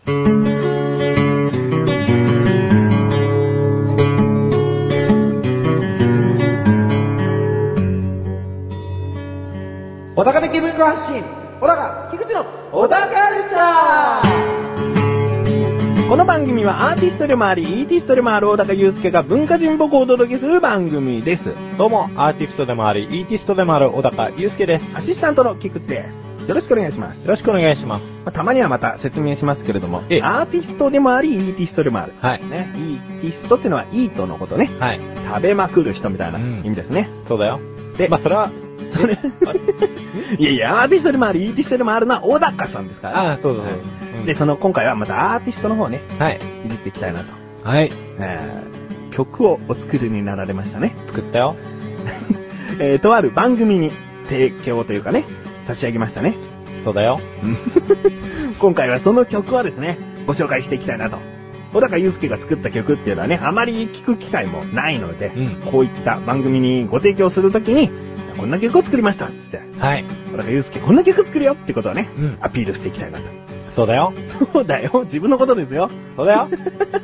小高的文化発信、小高菊池の小高カルチャー。この番組はアーティストでもあり、イーティストでもある小高祐介が文化人僕をお届けする番組です。 どうも、アーティストでもあり、イーティストでもある小高祐介です。 アシスタントの菊池です。よろしくお願いします。 よろしくお願いします。 たまにはまた説明しますけれども、アーティストでもあり、イーティストでもある。 はい。 ね、イーティストってのはイートのことね。 はい。 食べまくる人みたいな意味ですね。 そうだよ。 で、 それは、 いやいや、アーティストでもあり、イーティストでもあるのは小高さんですから。 ああ、そうだね。 で、今回はまたアーティストの方ね。 はい。 いじっていきたいなと。 はい。 曲をお作りになられましたね。 作ったよ。 とある番組に提供というかね、差し上げましたね。 そうだよ。 今回はその曲をですね、ご紹介していきたいなと。小高祐介が作った曲っていうのはね、あまり聞く機会もないので、こういった番組にご提供するときに、こんな曲を作りましたっつって。 はい。 小高祐介こんな曲作るよってことをね、アピールしていきたいなと。 そうだよ。 そうだよ。自分のことですよ。 そうだよ。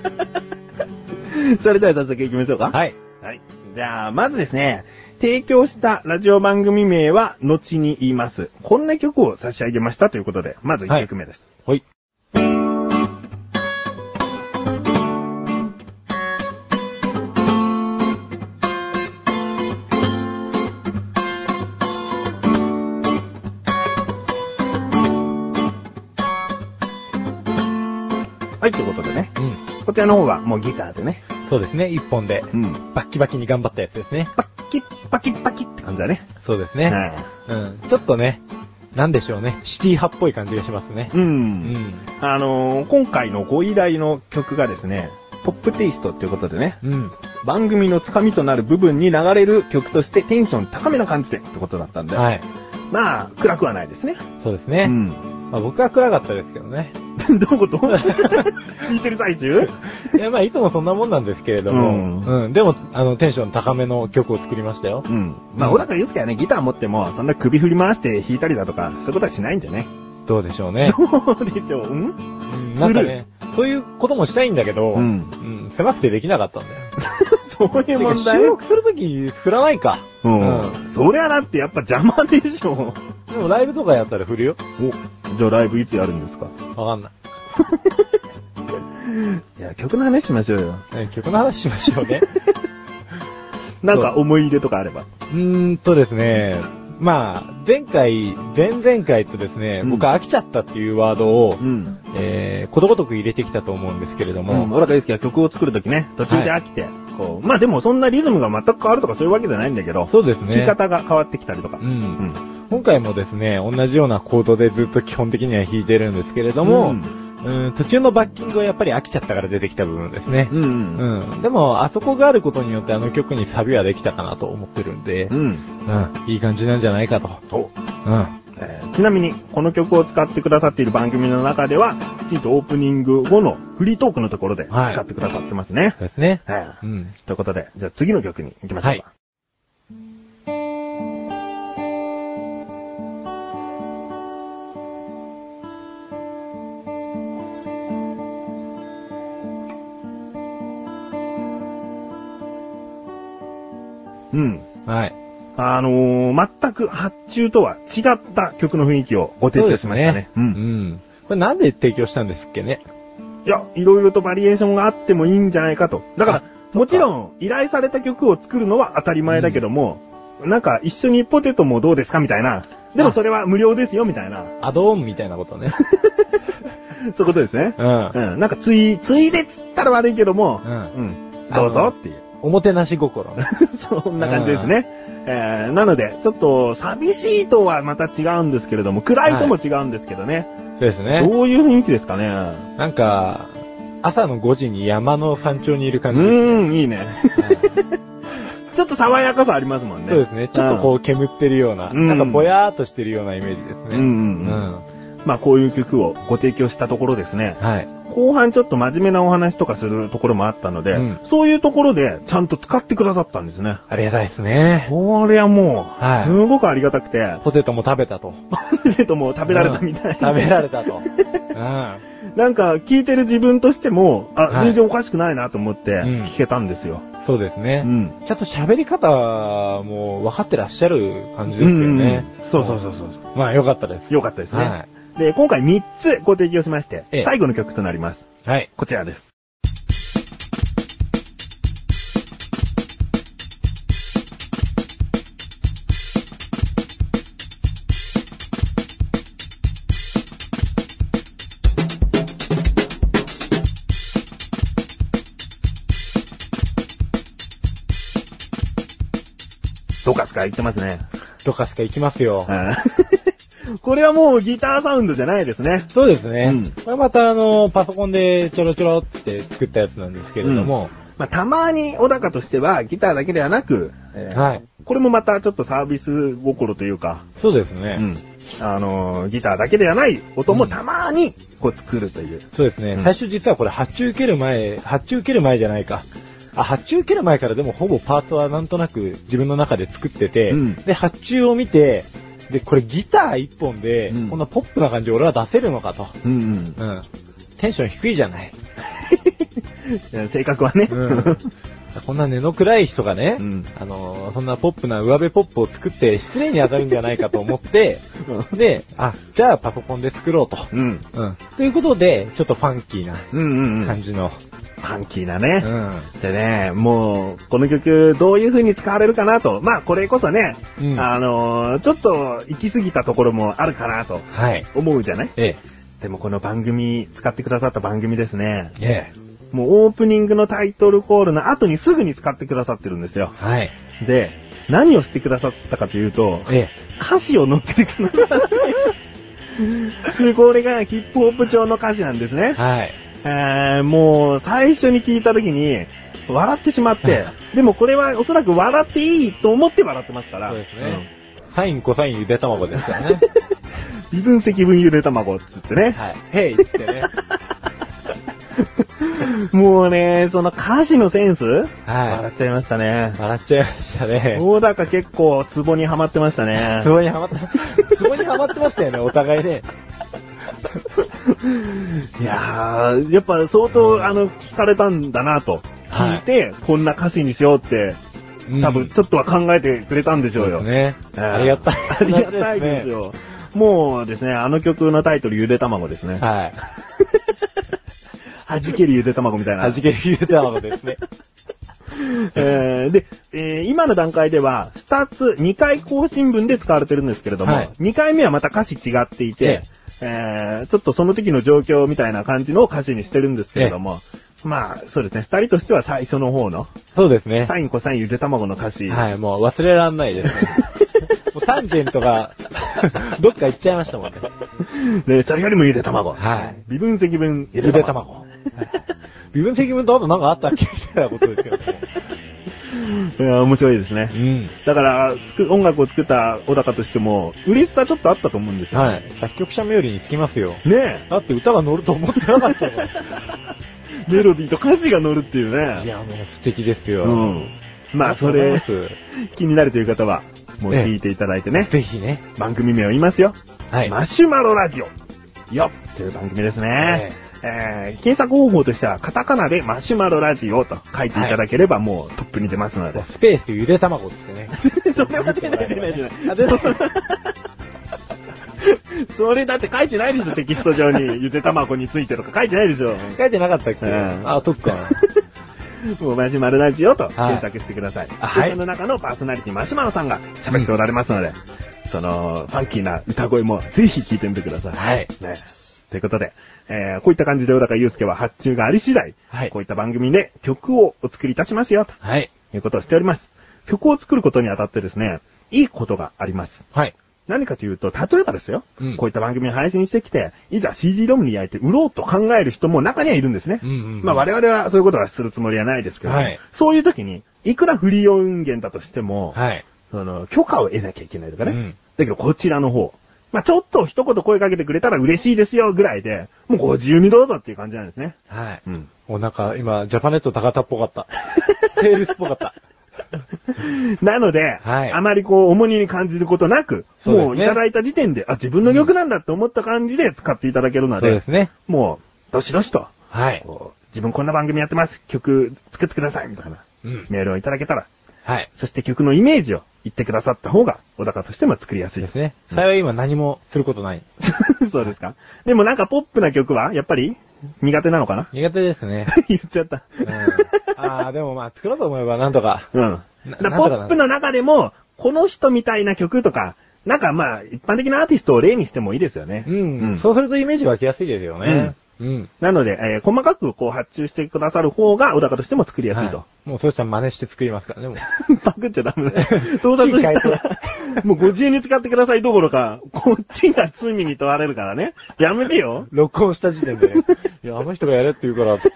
それでは早速行きましょうか。 はい。 はい。じゃあ、まずですね、提供したラジオ番組名は後に言います。こんな曲を差し上げましたということで、まず1曲目です。 はい。 はい、ということでね。こちらの方はもうギターでね。 そうですね、一本で。バッキバキに頑張ったやつですね。 バッキッバキッバキッって感じだね。 そうですね。ちょっとね、なんでしょうね。シティ派っぽい感じがしますね。 今回のご依頼の曲がですね、ポップテイストっていうことでね。番組のつかみとなる部分に流れる曲としてテンション高めな感じでってことだったんで。はい。まあ、暗くはないですね。 そうですね。僕は暗かったですけどね。 どういうこと弾いてる最中いや、いつもそんなもんなんですけれども。でも、テンション高めの曲を作りましたよ。 小高祐介はね、ギター持っても、そんな首振り回して弾いたりだとか、そういうことはしないんでね。 どうでしょうね。 どうでしょうなんかね、そういうこともしたいんだけど、狭くてできなかったんだよ。 そういう問題。 収録するとき振らないか。 そりゃだってやっぱ邪魔でしょ。 でもライブとかやったら振るよ。 じゃあライブいつやるんですか？ わかんない。 いや、曲の話しましょうよ。 曲の話しましょうね。 なんか思い入れとかあれば。 ですね、前々回とですね、僕飽きちゃったっていうワードを、ことごとく入れてきたと思うんですけれども。 小高祐介は曲を作るときね、途中で飽きて、でもそんなリズムが全く変わるとかそういうわけじゃないんだけど、 そうですね。 弾き方が変わってきたりとか。 今回もですね、同じようなコードでずっと基本的には弾いてるんですけれども、途中のバッキングはやっぱり飽きちゃったから出てきた部分ですね。でも、あそこがあることによってあの曲にサビはできたかなと思ってるんで、いい感じなんじゃないかと。 ちなみに、この曲を使ってくださっている番組の中では、きちんとオープニング後のフリートークのところで使ってくださってますね。 そうですね。 ということで、じゃあ次の曲に行きましょうか。全く発注とは違った曲の雰囲気をご提供しましたね。 これなんで提供したんですっけね。 いや、いろいろとバリエーションがあってもいいんじゃないかと。だから、もちろん依頼された曲を作るのは当たり前だけども、なんか一緒にポテトもどうですかみたいな。でもそれは無料ですよみたいな。 アドオンみたいなことね。 そういうことですね。なんかついでつったら悪いけども、どうぞっていう。 おもてなし心。 そんな感じですね。なので、ちょっと寂しいとはまた違うんですけれども、暗いとも違うんですけどね。 そうですね。 どういう雰囲気ですかね。 なんか、朝の5時に山の山頂にいる感じ。 いいね。ちょっと爽やかさありますもんね。 そうですね。ちょっとこう煙ってるような、なんかぼやーっとしてるようなイメージですね。 まあこういう曲をご提供したところですね。 はい。 後半ちょっと真面目なお話とかするところもあったので、そういうところでちゃんと使ってくださったんですね。 ありがたいですね。 これはもう、すごくありがたくて。 ポテトも食べたと。 ポテトも食べられたみたい。 食べられたと。 なんか聞いてる自分としても、全然おかしくないなと思って聞けたんですよ。 そうですね。ちゃんと喋り方も分かってらっしゃる感じですよね。 そう。 まあよかったです。 よかったですね。で、今回3つご提供しまして、最後の曲となります。 はい。 こちらです。どかすか言ってますね。 どかすか行きますよ。 これはもうギターサウンドじゃないですね。 そうですね。これまたパソコンでちょろちょろって作ったやつなんですけれども。 まあ、たまに小高としてはギターだけではなく、 はい。 これもまたちょっとサービス心というか。 そうですね。 ギターだけではない音もたまにこう作るという。 そうですね。最初実はこれ発注受ける前じゃないか。発注受ける前からでもほぼパーツはなんとなく自分の中で作ってて、で、発注を見て、で、これギター一本で、こんなポップな感じ俺は出せるのかと。テンション低いじゃない。 性格はね。 こんな根の暗い人がね、そんなポップな上辺ポップを作って失礼に当たるんじゃないかと思って、で、じゃあパソコンで作ろうと。ということで、ちょっとファンキーな感じの。 ファンキーなね。でね、もう、この曲どういう風に使われるかなと。まあ、これこそね、ちょっと行き過ぎたところもあるかなと。思うじゃない？でもこの番組、使ってくださった番組ですね。もうオープニングのタイトルコールの後にすぐに使ってくださってるんですよ。で、何をしてくださったかというと、歌詞を載っけてくださって。これがヒップホップ調の歌詞なんですね。もう最初に聞いた時に笑ってしまって、でもこれはおそらく笑っていいと思って笑ってますから。 そうですね。サインコサインゆで卵ですからね。 微分積分ゆで卵っつってね。 へいっつってね。 もうね、その歌詞のセンス笑っちゃいましたね。 笑っちゃいましたね。 大高結構ツボにはまってましたね。 ツボにはまってましたよね、お互いね。 いやー、やっぱ相当聞かれたんだなと聞いて、こんな歌詞にしようって、多分ちょっとは考えてくれたんでしょうよ。 ね。ありがたい。 ありがたいですよ。もうですね、あの曲のタイトルゆで卵ですね。弾けるゆで卵みたいな。 弾けるゆで卵ですね。 で、今の段階では、2回更新分で使われてるんですけれども、2回目はまた歌詞違っていて、ちょっとその時の状況みたいな感じの歌詞にしてるんですけれども、まあ、そうですね、2人としては最初の方の、 そうですね。 サインコサインゆで卵の歌詞。 もう忘れらんないですね。もうタンジェントが、どっか行っちゃいましたもんね。 で、それよりもゆで卵。微分積分ゆで卵。微分積分とあとなんかあったっけみたいなことですけどね。 いや、面白いですね。だから、音楽を作った小高としても、嬉しさちょっとあったと思うんですよ。 作曲者冥利につきますよ。 ねえ。 だって歌が乗ると思ってなかったもん。 メロディーと歌詞が乗るっていうね。 いや、もう素敵ですよ。 まあ、それ、気になるという方は、もう聞いていただいてね。 ぜひね。 番組名を言いますよ。マシュマロラジオ。よっという番組ですね。検索方法としては、カタカナでマシュマロラジオと書いていただければもうトップに出ますので。 スペースゆで卵ってね。 それは出ないじゃない。それだって書いてないでしょ、テキスト上に。ゆで卵についてとか書いてないでしょ。 書いてなかったっけ？そっか。 もうマシュマロラジオと検索してください。その中のパーソナリティマシュマロさんが喋っておられますので、その、ファンキーな歌声もぜひ聞いてみてください。ということで、こういった感じで小高祐介は発注があり次第、こういった番組で曲をお作りいたしますよ、ということをしております。曲を作ることにあたってですね、いいことがあります。何かというと、例えばですよ、こういった番組を配信してきて、いざ CD ロムに焼いて売ろうと考える人も中にはいるんですね。まあ我々はそういうことはするつもりはないですけど、そういう時に、いくらフリー音源だとしても、その許可を得なきゃいけないとかね。だけどこちらの方、 まあ、ちょっと一言声かけてくれたら嬉しいですよぐらいで、もうご自由にどうぞっていう感じなんですね。 はい。うん。もうなんか今、ジャパネット高田っぽかった。セールスっぽかった。 なので、はい、あまりこう、重荷に感じることなく、もういただいた時点で、あ、自分の曲なんだって思った感じで使っていただけるので、 そうですね。 もう、どしどしと、 はい。 自分こんな番組やってます、曲作ってください、みたいな、メールをいただけたら、 はい。 そして曲のイメージを言ってくださった方が、小高としても作りやすいですね。幸い今何もすることない。 そうですか。でもなんかポップな曲は、やっぱり苦手なのかな？ 苦手ですね。 言っちゃった。 でもまあ作ろうと思えばなんとか。 ポップの中でも、この人みたいな曲とか、なんかまあ、一般的なアーティストを例にしてもいいですよね。 そうするとイメージ湧きやすいですよね。 なので、細かくこう発注してくださる方が、小高としても作りやすいと。はい、 もうそうしたら真似して作りますからね、もう。 パクっちゃダメだ。盗撮したら、もうご自由に使ってくださいどころか、こっちが罪に問われるからね。やめてよ。 録音した時点で、いや、あの人がやれって言うから、つって。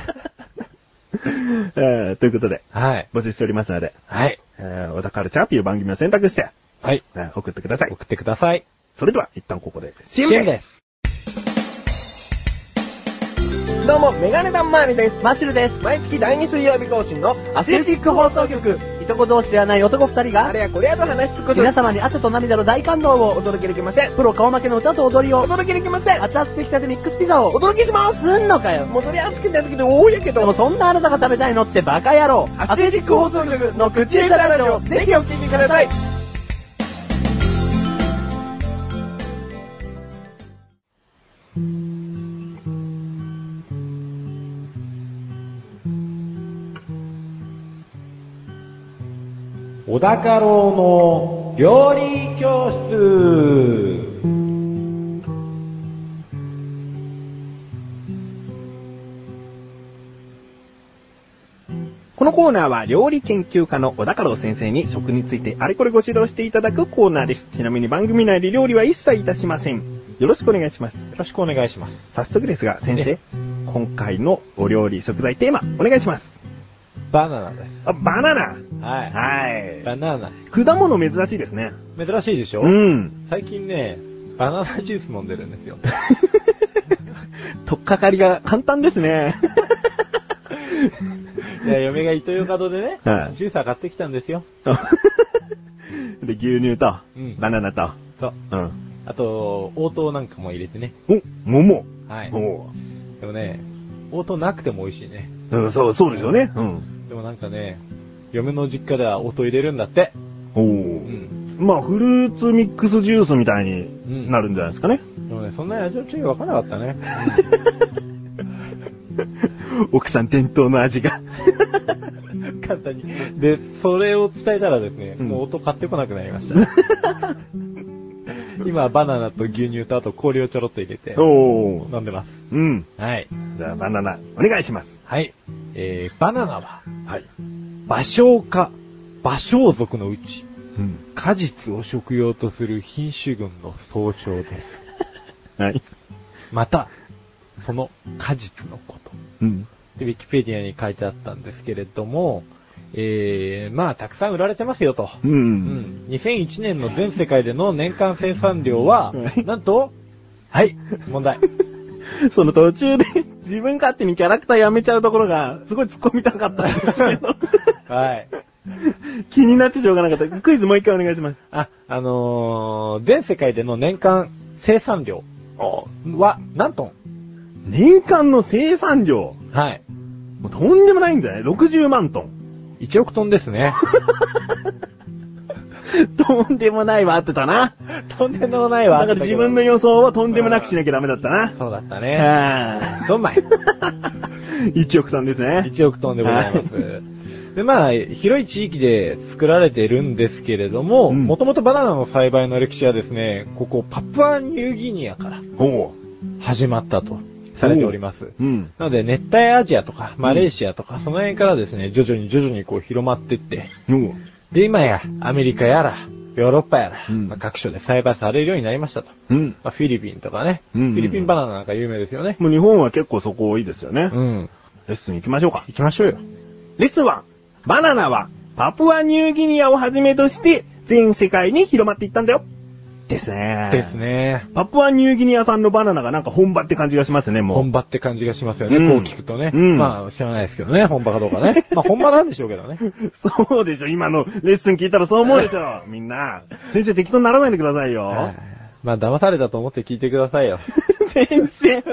ということで、 はい。 募集しておりますので、 はい。 小田カルチャーという番組を選択して、 はい。 送ってください。 送ってください。 それでは、一旦ここで、 CMです。 どうも、メガネタンマーニです。 マッシュルです。 毎月第2水曜日更新のアスレチック放送局。いとこ同士ではない男二人が、 あれやこれやと話し尽くす。 皆様に汗と涙の大感動をお届けできません。 プロ顔負けの歌と踊りをお届けできません。 熱々出来たてミックスピザをお届けします。 すんのかよ。 もうそれ熱くて熱くて多いやけど。 でもそんなあなたが食べたいのってバカ野郎。 アスレチック放送局の口枝ラジオ、ぜひお聞きください。 小高郎の料理教室。 このコーナーは料理研究家の小高郎先生に食についてあれこれご指導していただくコーナーです。ちなみに番組内で料理は一切いたしません。よろしくお願いします。よろしくお願いします。 早速ですが先生、今回のお料理食材テーマお願いします。 バナナです。 あ、バナナ。 はい。 はい。 バナナ。 果物珍しいですね。 珍しいでしょ？ うん。 最近ね、バナナジュース飲んでるんですよ。 とっかかりが簡単ですね。 いや、嫁がイトーヨーカドーでね、 はい、 ジューサー買ってきたんですよ。 で、牛乳と、バナナと。 そう。あと、応答なんかも入れてね。 桃。 はい。でもね、応答なくても美味しいね。 そうですよね。 でもなんかね、嫁の実家では音入れるんだって。 まあ、フルーツミックスジュースみたいになるんじゃないですかね。 でもね、そんなに味の違い分からなかったね。 奥さん伝統の味が。 簡単に。で、それを伝えたらですね、もう音買ってこなくなりました。今、バナナと牛乳とあと氷をちょろっと入れて、飲んでます。 はい。じゃあ、バナナ、お願いします。 はい。バナナは、はい。芭蕉科、芭蕉属のうち、果実を食用とする品種群の総称です。 はい。 また、その果実のこと。で、ウィキペディアに書いてあったんですけれども、まあ、たくさん売られてますよと。2001年の全世界での年間生産量は、なんと、はい、問題。 その途中で自分勝手にキャラクターやめちゃうところが、すごい突っ込みたかったんですけど。 はい。 気になってしょうがなかった。クイズもう一回お願いします。 全世界での年間生産量は何トン？ 年間の生産量？ はい。 もうとんでもないんじゃない ?60 万トン。 1億トンですね。 とんでもないは合ってたな。 とんでもないは合ってた。 だから自分の予想をとんでもなくしなきゃダメだったな。 そうだったね。どんまい。 1億トンですね。 1億トンでございます。で、まあ、広い地域で作られているんですけれども、もともとバナナの栽培の歴史はですね、ここパプアニューギニアから始まったとされております。なので、熱帯アジアとか、マレーシアとか、その辺からですね、徐々にこう広まっていって、で、今やアメリカやら、ヨーロッパやら、各所で栽培されるようになりましたと。フィリピンとかね、フィリピンバナナなんか有名ですよね。 もう日本は結構そこ多いですよね。レッスン行きましょうか。 行きましょうよ。 レッスン1。バナナはパプアニューギニアをはじめとして全世界に広まっていったんだよ。 ですね。 ですね。 パプアニューギニア産のバナナがなんか本場って感じがしますね、もう。 本場って感じがしますよね、こう聞くとね。まあ、知らないですけどね、本場かどうかね。まあ、本場なんでしょうけどね。 そうでしょ、今のレッスン聞いたらそう思うでしょ、みんな。先生適当にならないでくださいよ。 まあ、騙されたと思って聞いてくださいよ。 先生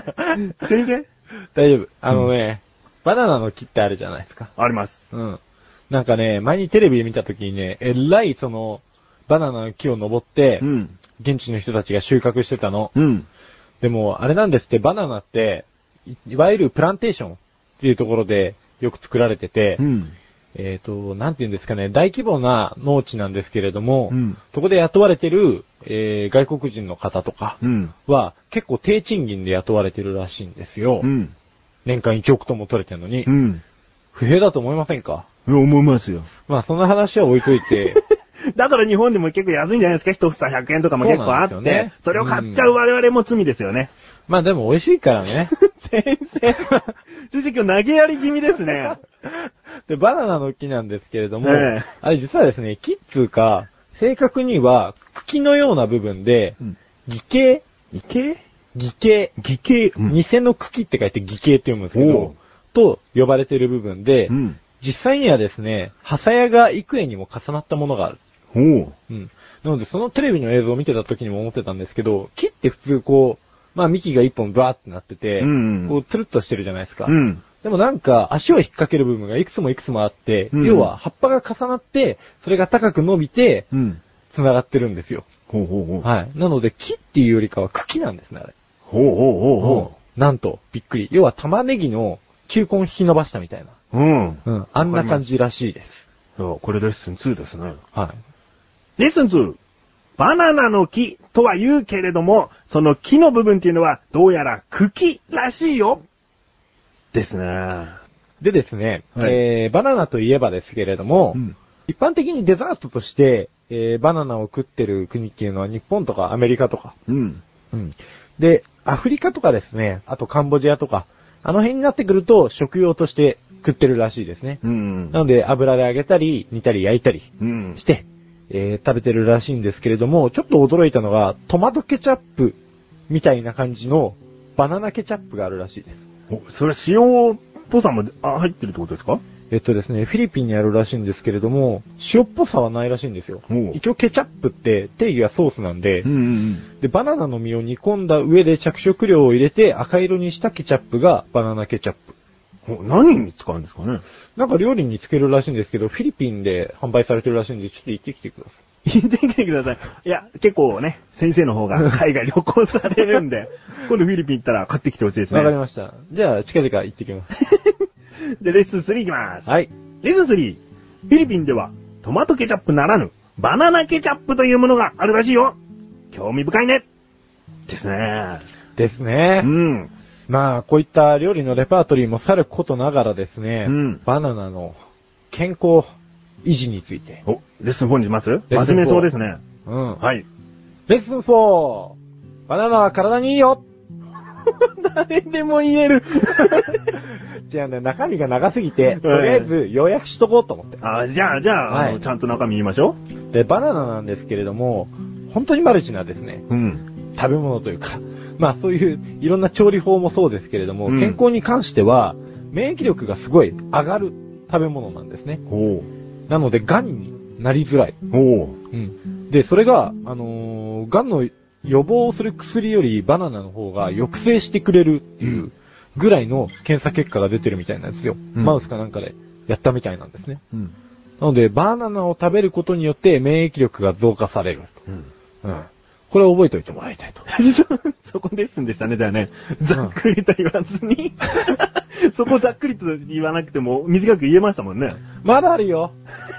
大丈夫。バナナの木ってあるじゃないですか。 あります。 なんかね、前にテレビで見た時にね、らいバナナの木を登って、現地の人たちが収穫してたの。でも、あれなんですって、バナナって、いわゆるプランテーションっていうところでよく作られてて、なんて言うんですかね、大規模な農地なんですけれども、そこで雇われてる、外国人の方とかは、結構低賃金で雇われてるらしいんですよ。年間1億トンも取れてるのに。不平だと思いませんか？ 思いますよ。 まあ、その話は置いといて。 だから日本でも結構安いんじゃないですか？一房100円とかも結構あって、それを買っちゃう我々も罪ですよね。 まあでも美味しいからね。 先生今日投げやり気味ですね。 で、バナナの木なんですけれども、あれ実はですね、木っつうか、正確には茎のような部分で、偽形、偽の茎って書いて偽形って読むんですけど、と呼ばれている部分で、実際にはですね、ハサヤが幾重にも重なったものがある。なので、そのテレビの映像を見てた時にも思ってたんですけど、木って普通まあ幹が一本バーってなってて、つるっとしてるじゃないですか。でもなんか足を引っ掛ける部分がいくつもあって、要は葉っぱが重なって、それが高く伸びて、繋がってるんですよ。はい。なので木っていうよりかは茎なんですね、あれ。なんと、びっくり。要は玉ねぎの球根引き伸ばしたみたいな。あんな感じらしいです。 これレッスン2ですね。 はい。 レッスン 2。バナナの木とは言うけれども、その木の部分っていうのはどうやら茎らしいよ。ですね。 でですね、バナナといえばですけれども、一般的にデザートとして、バナナを食ってる国っていうのは日本とかアメリカとか。で、アフリカとかですね、あとカンボジアとか、あの辺になってくると食用として食ってるらしいですね。なので油で揚げたり煮たり焼いたりして、食べてるらしいんですけれども、ちょっと驚いたのがトマトケチャップみたいな感じのバナナケチャップがあるらしいです。 それ塩っぽさも入ってるってことですか？ ですね、フィリピンにあるらしいんですけれども、塩っぽさはないらしいんですよ。一応ケチャップって定義はソースなんで、で、バナナの実を煮込んだ上で着色料を入れて赤色にしたケチャップがバナナケチャップ。 何に使うんですかね？ なんか料理につけるらしいんですけど、フィリピンで販売されてるらしいんで、ちょっと行ってきてください。 行ってきてください。いや、結構ね、先生の方が海外旅行されるんで、今度フィリピン行ったら買ってきてほしいですね。 わかりました。じゃあ、近々行ってきます。 で、レッスン3いきます。 はい。 レッスン3。フィリピンでは、トマトケチャップならぬ、バナナケチャップというものがあるらしいよ。興味深いね。ですね。 ですね。まあ、こういった料理のレパートリーもさることながらですね、バナナの健康維持について。 レッスン4にします？真面目そうですね。はい。 レッスン 4! バナナは体にいいよ誰でも言える。 じゃあね、中身が長すぎて、とりあえず要約しとこうと思って。 じゃあ、ちゃんと中身言いましょう。で、バナナなんですけれども、本当にマルチなですね、食べ物というか、まあそういういろんな調理法もそうですけれども、健康に関しては、免疫力がすごい上がる食べ物なんですね。なので、癌になりづらい。で、それが、癌の予防をする薬よりバナナの方が抑制してくれるっていうぐらいの検査結果が出てるみたいなんですよ。マウスかなんかでやったみたいなんですね。なので、バナナを食べることによって免疫力が増加される。これを覚えておいてもらいたいと。 そこですんでしたね、じゃあね。ざっくりと言わずに。そこざっくりと言わなくても短く言えましたもんね。 まだあるよ。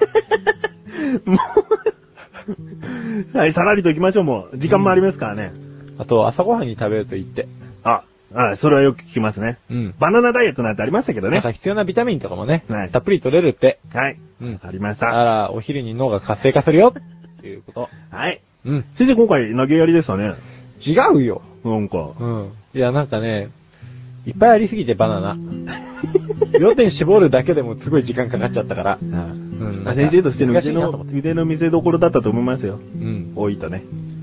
はい、さらりと行きましょう、もう。時間もありますからね。 あと、朝ごはんに食べるといいって。 それはよく聞きますね。バナナダイエットなんてありましたけどね。 なんか必要なビタミンとかもね、たっぷり取れるって。 はい。ありました。 だから、お昼に脳が活性化するよっていうこと。 はい。先生今回投げやりでしたね。 違うよ。 なんか。 いや、なんかね、いっぱいありすぎてバナナ。要点絞るだけでもすごい時間かかっちゃったから。 先生としての腕の見せ所だったと思いますよ。多いとね。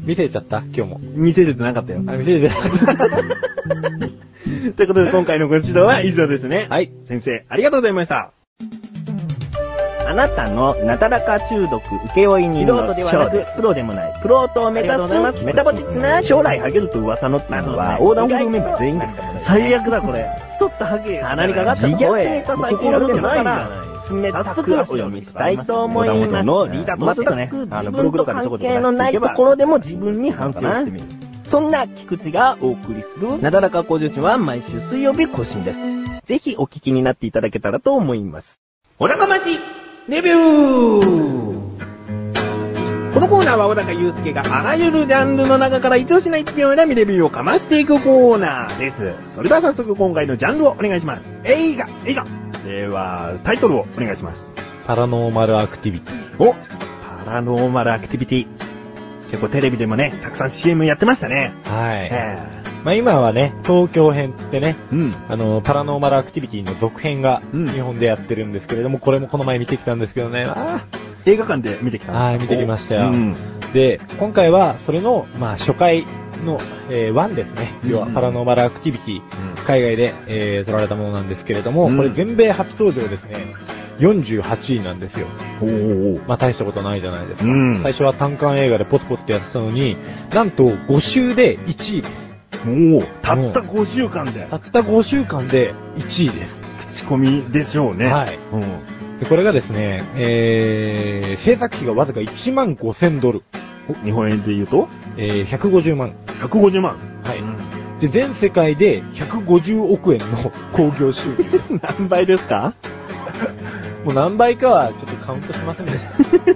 見せちゃった今日も。 見せれてなかったよ。 見せれてなかった。 ということで今回のご指導は以上ですね。 はい。 先生、ありがとうございました。 あなたのなだらか中毒請負人の素人ではなくプロでもないプロートを目指すメタボチックな将来ハゲると噂のってのは横断歩道メンバー全員ですからね。最悪だこれ。太ったハゲ鼻にかかった声。自虐ネタ最近やるんじゃないから早速お読みしたいと思います。のリーダーとするとね、ブログとかで関係のないところでも自分に反省をしてみる。そんな菊池がお送りするなだらか向上心は毎週水曜日更新です。ぜひお聞きになっていただけたらと思います。 おなかましレビュー。このコーナーは小高祐介があらゆるジャンルの中から一押しな一票を選びレビューをかましていくコーナーです。それでは早速今回のジャンルをお願いします。映画。では、タイトルをお願いします。 パラノーマルアクティビティ。 お、パラノーマルアクティビティ。結構テレビでもね、たくさん CM やってましたね。 はい。まあ今はね、東京編つってね、パラノーマルアクティビティの続編が日本でやってるんですけれども、これもこの前見てきたんですけどね。 映画館で見てきたんですか？ はい、見てきましたよ。で、今回はそれの、まあ初回の、1ですね。要はパラノーマルアクティビティ、海外で、撮られたものなんですけれども、これ全米初登場ですね。48位なんですよ。まあ大したことないじゃないですか。最初は単館映画でポツポツってやってたのに、なんと5週で1位です。 たった5週間で。 たった5週間で1位です。 口コミでしょうね。 はい。でこれがですね、制作費がわずか$15,000。 日本円で言うと 150万。 150万。 はい。で、全世界で150億円の興行収入です。 何倍ですか？ もう何倍かはちょっとカウントしませんでした。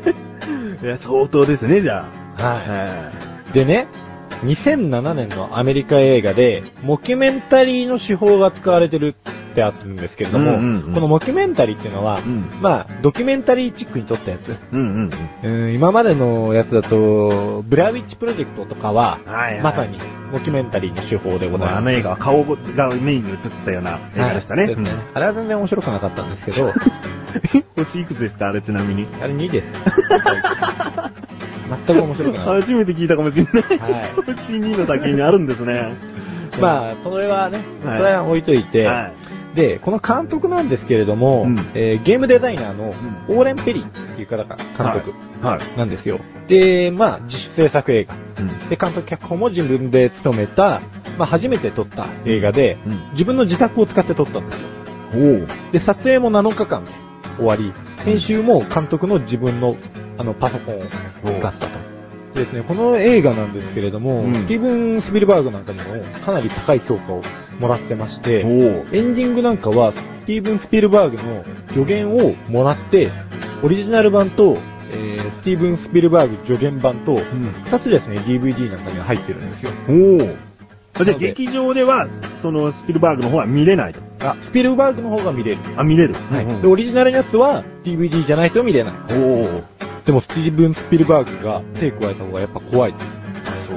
いや、相当ですね、じゃあ。 はい。でね、2007年のアメリカ映画で、モキュメンタリーの手法が使われてるってあるんですけれども、このモキュメンタリーっていうのは、まあ、ドキュメンタリーチックに撮ったやつ。今までのやつだと、ブラウィッチプロジェクトとかは、まさにモキュメンタリーの手法でございます。 あの映画は顔がメインに映ったような映画でしたね。ですね。 あれは全然面白くなかったんですけど、 星いくつですかあれちなみに。 あれ2です。全く面白くない。 初めて聞いたかもしれない。はい。星2の先にあるんですね。 まあ、それはね、それは置いといて、で、この監督なんですけれども、ゲームデザイナーのオーレン・ペリーっていう方が監督なんですよ。で、まあ、自主制作映画。で、監督脚本も自分で務めた、まあ、初めて撮った映画で、自分の自宅を使って撮ったんですよ。で、撮影も7日間で終わり、編集も監督の自分のパソコンを使ったと。ですね、この映画なんですけれども、スティーブン・スピルバーグなんかにもかなり高い評価をもらってまして、エンディングなんかはスティーブン・スピルバーグの助言をもらって、オリジナル版と、スティーブン・スピルバーグ助言版と、2つですね、DVD なんかには入ってるんですよ。 で、劇場では、そのスピルバーグの方は見れないと。 スピルバーグの方が見れる。 見れる。 はい。で、オリジナルのやつは DVD じゃないと見れない。でもスティーブン・スピルバーグが手加えた方がやっぱ怖いです。 そう。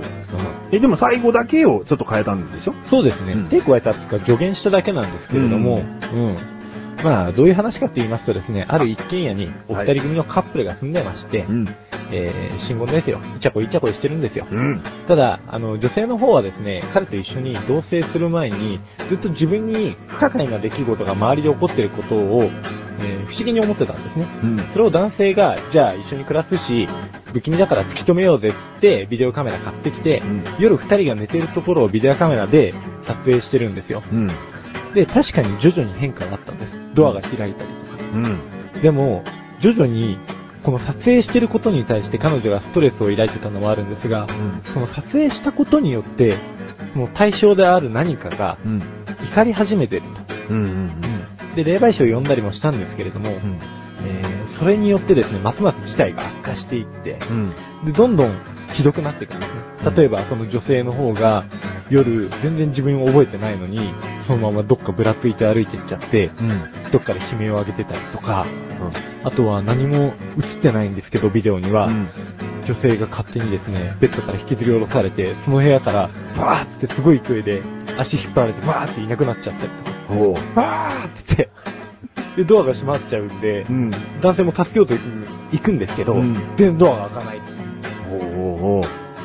でも最後だけをちょっと変えたんでしょ？ そうですね。手加えたっていうか助言しただけなんですけれども、まあ、どういう話かって言いますとですね、ある一軒家にお二人組のカップルが住んでまして、新婚ですよ。イチャコイチャコしてるんですよ。ただ、女性の方はですね、彼と一緒に同棲する前に、ずっと自分に不可解な出来事が周りで起こっていることを、不思議に思ってたんですね。それを男性が、じゃあ一緒に暮らすし、不気味だから突き止めようぜってビデオカメラ買ってきて、夜二人が寝てるところをビデオカメラで撮影してるんですよ。で、確かに徐々に変化があったんです。ドアが開いたりとか。でも、徐々に、この撮影してることに対して彼女がストレスを抱いてたのもあるんですが、その撮影したことによって、その対象である何かが、怒り始めてると。で、霊媒師を呼んだりもしたんですけれども、それによってですね、ますます事態が悪化していって、で、どんどんひどくなっていくんですね。例えば、その女性の方が、夜、全然自分を覚えてないのに、そのままどっかぶらついて歩いていっちゃって、どっかで悲鳴を上げてたりとか、あとは何も映ってないんですけど、ビデオには、女性が勝手にですね、ベッドから引きずり下ろされて、その部屋から、バーってすごい勢いで、足引っ張られて、バーっていなくなっちゃったりとか、バーって、で、ドアが閉まっちゃうんで、男性も助けようと行くんですけど、全然ドアが開かない。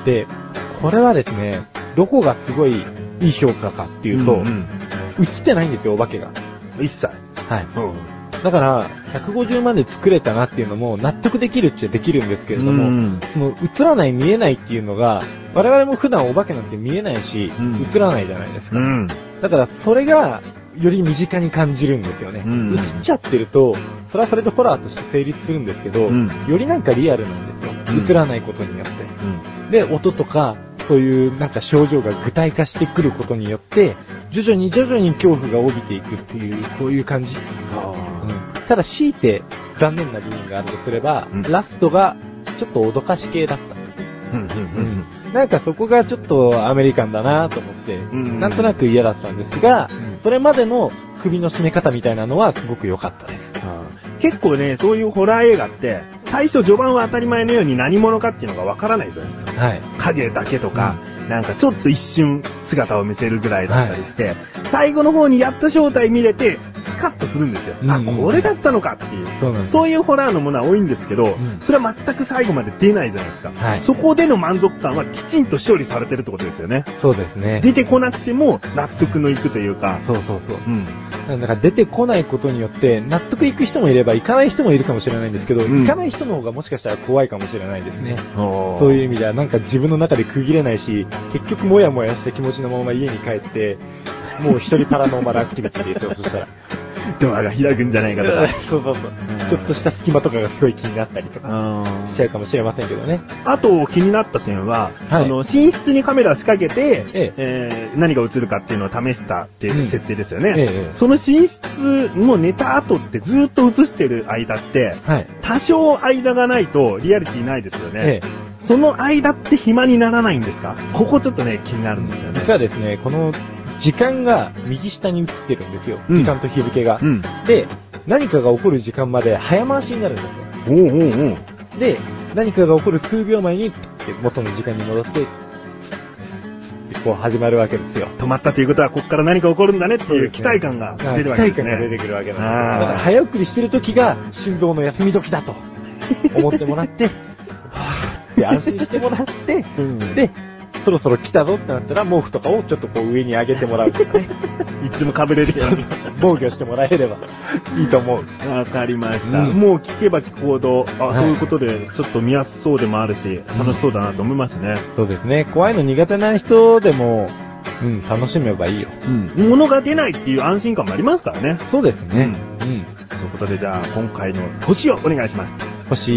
で、これはですね、どこがすごいいい評価かっていうと、映ってないんですよ、お化けが。 一切。 はい。だから、150万で作れたなっていうのも納得できるっちゃできるんですけれども、その映らない見えないっていうのが、我々も普段お化けなんて見えないし、映らないじゃないですか。だから、それが、より身近に感じるんですよね。映っちゃってると、それはそれでホラーとして成立するんですけど、よりなんかリアルなんですよ。映らないことによって。で、音とか、そういうなんか症状が具体化してくることによって、徐々に恐怖が帯びていくっていう、こういう感じ。ただ強いて残念な部分があるとすれば、ラストがちょっと脅かし系だった。なんかそこがちょっとアメリカンだなと思って、なんとなく嫌だったんですが、それまでの首の締め方みたいなのはすごく良かったです。 結構ね、そういうホラー映画って、最初序盤は当たり前のように何者かっていうのがわからないじゃないですか。はい。影だけとか、なんかちょっと一瞬姿を見せるぐらいだったりして、最後の方にやっと正体見れて、スカッとするんですよ。これだったのかっていう。そういうホラーのものは多いんですけど、それは全く最後まで出ないじゃないですか。そこでの満足感はきちんと処理されてるってことですよね。 そうですね。 出てこなくても納得のいくというか。 そう。だから出てこないことによって納得いく人もいれば行かない人もいるかもしれないんですけど、行かない人の方がもしかしたら怖いかもしれないですね。そういう意味ではなんか自分の中で区切れないし、結局もやもやした気持ちのまま家に帰って、もう一人パラノーマルアクティビティですよ、そしたら。 ドアが開くんじゃないかとか。 そう。ちょっとした隙間とかがすごい気になったりとかしちゃうかもしれませんけどね。 あと気になった点は、寝室にカメラを仕掛けて、何が映るかっていうのを試したっていう設定ですよね。その寝室も寝た後ってずっと映してる間って、多少間がないとリアリティないですよね。その間って暇にならないんですか？ここちょっとね、気になるんですよね。 実はですね、この時間が右下に映ってるんですよ。時間と日付が。で、何かが起こる時間まで早回しになるんですよ。で、何かが起こる数秒前に、元の時間に戻って、こう始まるわけですよ。 止まったということは、ここから何か起こるんだねっていう期待感が出るわけですね。 期待感が出てくるわけなんです。だから早送りしてる時が心臓の休み時だと思ってもらって、はぁって安心してもらって、で、そろそろ来たぞってなったら毛布とかをちょっとこう上に上げてもらうとかね。 いつでも被れるように防御してもらえればいいと思う。 わかりました。もう聞けば聞くほど、そういうことでちょっと見やすそうでもあるし、楽しそうだなと思いますね。 そうですね。怖いの苦手な人でも、楽しめばいいよ。 物が出ないっていう安心感もありますからね。 そうですね。 ということで、じゃあ今回の星をお願いします。 星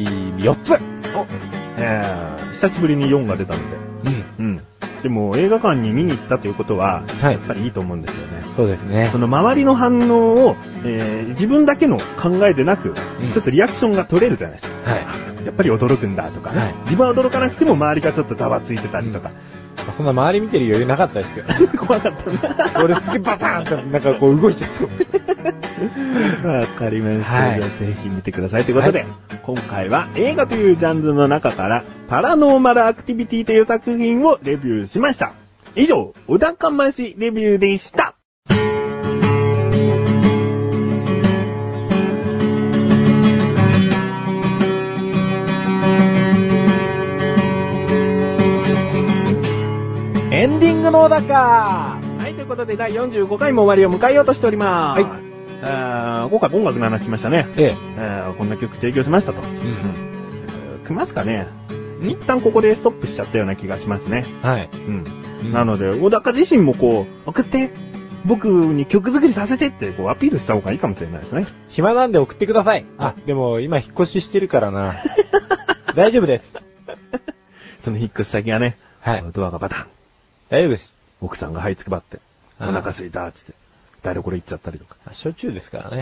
4つ。 久しぶりに4が出たので。でも映画館に見に行ったということは、やっぱりいいと思うんですよね。 そうですね。 その周りの反応を、自分だけの考えでなく、ちょっとリアクションが取れるじゃないですか。やっぱり驚くんだとか、自分は驚かなくても周りがちょっとざわついてたりとか。 そんな周り見てる余裕なかったですけど。 怖かったね。 俺すげえバターンってなんかこう動いちゃった。 わかりました。じゃあぜひ見てくださいということで、今回は映画というジャンルの中からパラノーマルアクティビティという作品をレビューしました。以上、おだかましレビューでした。 エンディングのおだか。 はい、ということで第45回も終わりを迎えようとしております。今回音楽の話しましたね。こんな曲提供しましたと。来ますかね。一旦ここでストップしちゃったような気がしますね。なので、小高自身もこう、送って、僕に曲作りさせてってこうアピールした方がいいかもしれないですね。 暇なんで送ってください。でも今引っ越ししてるからな。大丈夫です。 その引っ越し先がね、ドアがバタン。 大丈夫です。 奥さんが這いつくばって、お腹すいた、つって、台所行っちゃったりとか。 焼酎ですからね。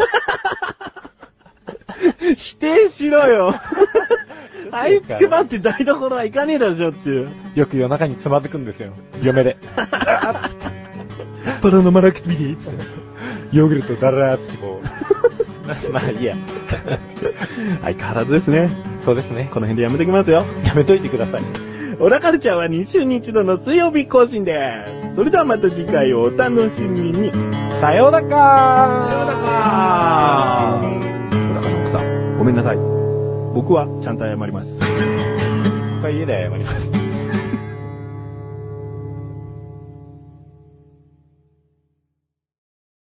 否定しろよ。這いつくばって台所は行かねえだろ、しょっちゅう。よく夜中につまずくんですよ。嫁で。 パラノーマルアクティビティつって。 ヨーグルトダラーってこう。まあいいや。 相変わらずですね。 そうですね。 この辺でやめときますよ。 やめといてください。 オラカルチャーは2週に1度の水曜日更新です。それではまた次回をお楽しみに。 さようだかー。 さようだかー。オラカの奥さん、ごめんなさい。僕はちゃんと謝ります。 は家で謝ります。